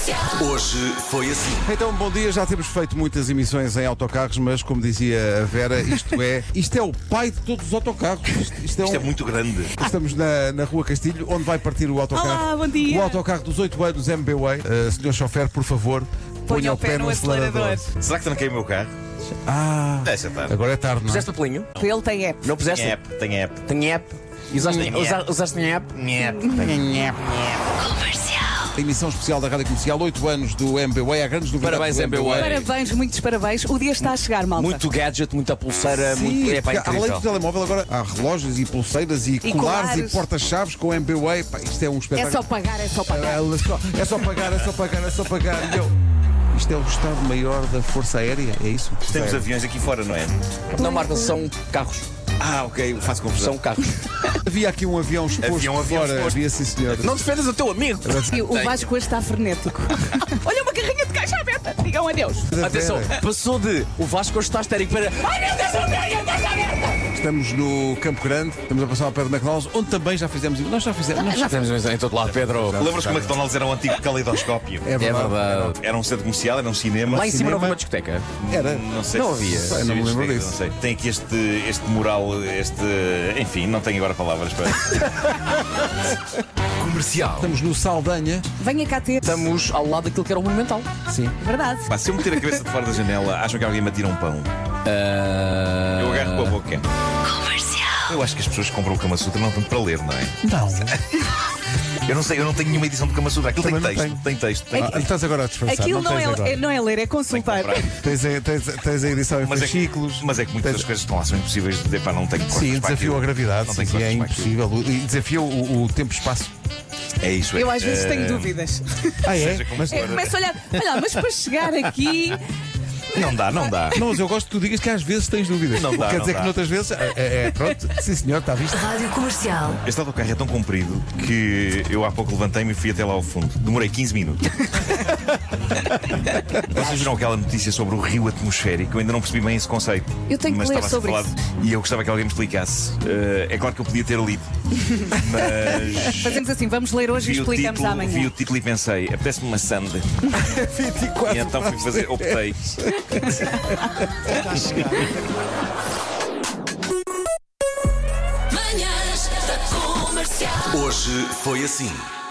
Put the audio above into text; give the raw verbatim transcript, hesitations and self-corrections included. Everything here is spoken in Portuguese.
Hoje foi assim. Então, bom dia, já temos feito muitas emissões em autocarros, mas como dizia a Vera, isto é, isto é o pai de todos os autocarros. Isto, isto é, um... Isto é muito grande. Estamos na, na Rua Castilho, onde vai partir o autocarro. Olá, bom dia. O autocarro dos oito anos M B Way. Uh, senhor chofer, por favor, ponha o pé no acelerador. Será que tranquei o meu carro? Ah, Deixa estar. agora é tarde, não é? Puseste papelinho? Ele tem app. Não puseste? Tem app, tem app. Tem app. Usaste, Tem usa- app. usaste em app? Nhep. A emissão especial da Rádio Comercial, oito anos do M B Way, há grandes novidades. Parabéns, do M B Way. Parabéns, muitos parabéns. O dia está a chegar, malta. Muito gadget, muita pulseira, Sim, muito. É pá, porque além incrível. do telemóvel, agora há relógios e pulseiras e, E colares, colares. e porta-chaves com o M B Way. Pá, isto é um É espetáculo. só pagar, é só pagar. É só, é só pagar, é só pagar, é só pagar. E eu- Isto é o Estado-Maior da Força Aérea, é isso? Temos Sério. aviões aqui fora, não é? Não, Marta, são carros. Ah, ok, faço confusão. São carros. Havia aqui um avião exposto Havia um avião fora, exposto. havia sim senhor. Não defendas o teu amigo. E o Vasco hoje está frenético. Olha uma carrinha de caixa aberta. Digam adeus. Atenção, passou de o Vasco hoje está histérico para. Ai meu Deus, eu tenho a caixa aberta! Estamos no Campo Grande, estamos a passar ao pé do McDonald's, onde também já fizemos. Nós já fizemos. nós- Já temos em todo lado, Pedro. Lembras que o McDonald's era um antigo caleidoscópio? É É verdade. verdade. Era um centro comercial, era um cinema. Lá em cima cinema. não havia uma discoteca. Era. Não sei Não se- havia. se Sei, não me havia lembro discoteca, disso. não sei. Tem aqui este, este mural, este. Enfim, não tenho agora palavras para. Comercial. Estamos no Saldanha. Venha cá ter. Estamos ao lado daquilo que era o Monumental. Sim. Verdade. Pá, se eu meter a cabeça de fora da janela, acham que alguém me atira um pão? Ah, Eu agarro com a boca. Eu acho que as pessoas que compram o Kama Sutra não estão para ler, não é? Não. Eu não sei, eu não tenho nenhuma edição do Kama Sutra. Aquilo tem Também não texto, tenho. tem texto. Tem Ah, estás agora a disfarçar. Aquilo não, tens é, agora. é- não é ler, é consultar. que comprar. Tens, a, tens, tens a edição em Mas é, que, fascículos. mas é que muitas das Tens- coisas que estão lá são impossíveis de dizer, pá, não tenho costas Sim, para desafio aquilo. a gravidade, Não sim, tenho sim, é costas para aquilo. impossível. E desafio o, o tempo-espaço. É isso, é. Eu às vezes Eh, tenho dúvidas. Ah, é? Seja como Mas, for. Eu começo a olhar, olha, mas para chegar aqui. Não dá, não dá. não, mas eu gosto que tu digas que às vezes tens dúvidas. Não dá, Quer não dizer dá. que noutras vezes. É, é, pronto, sim senhor, está visto. Rádio Comercial. Este autocarro é tão comprido que eu há pouco levantei-me e fui até lá ao fundo. Demorei quinze minutos. Vocês viram aquela notícia sobre o rio atmosférico? Eu ainda não percebi bem esse conceito. Eu tenho que mas ler estava a ser sobre falado E eu gostava que alguém me explicasse. Eh, é claro que eu podia ter lido. Mas. Fazemos assim, vamos ler hoje e Vi o, explicamos título, amanhã. vi o título e pensei, apetece-me uma sande. vinte e quatro E então fui fazer, optei. Manhãs da Comercial. Hoje foi assim.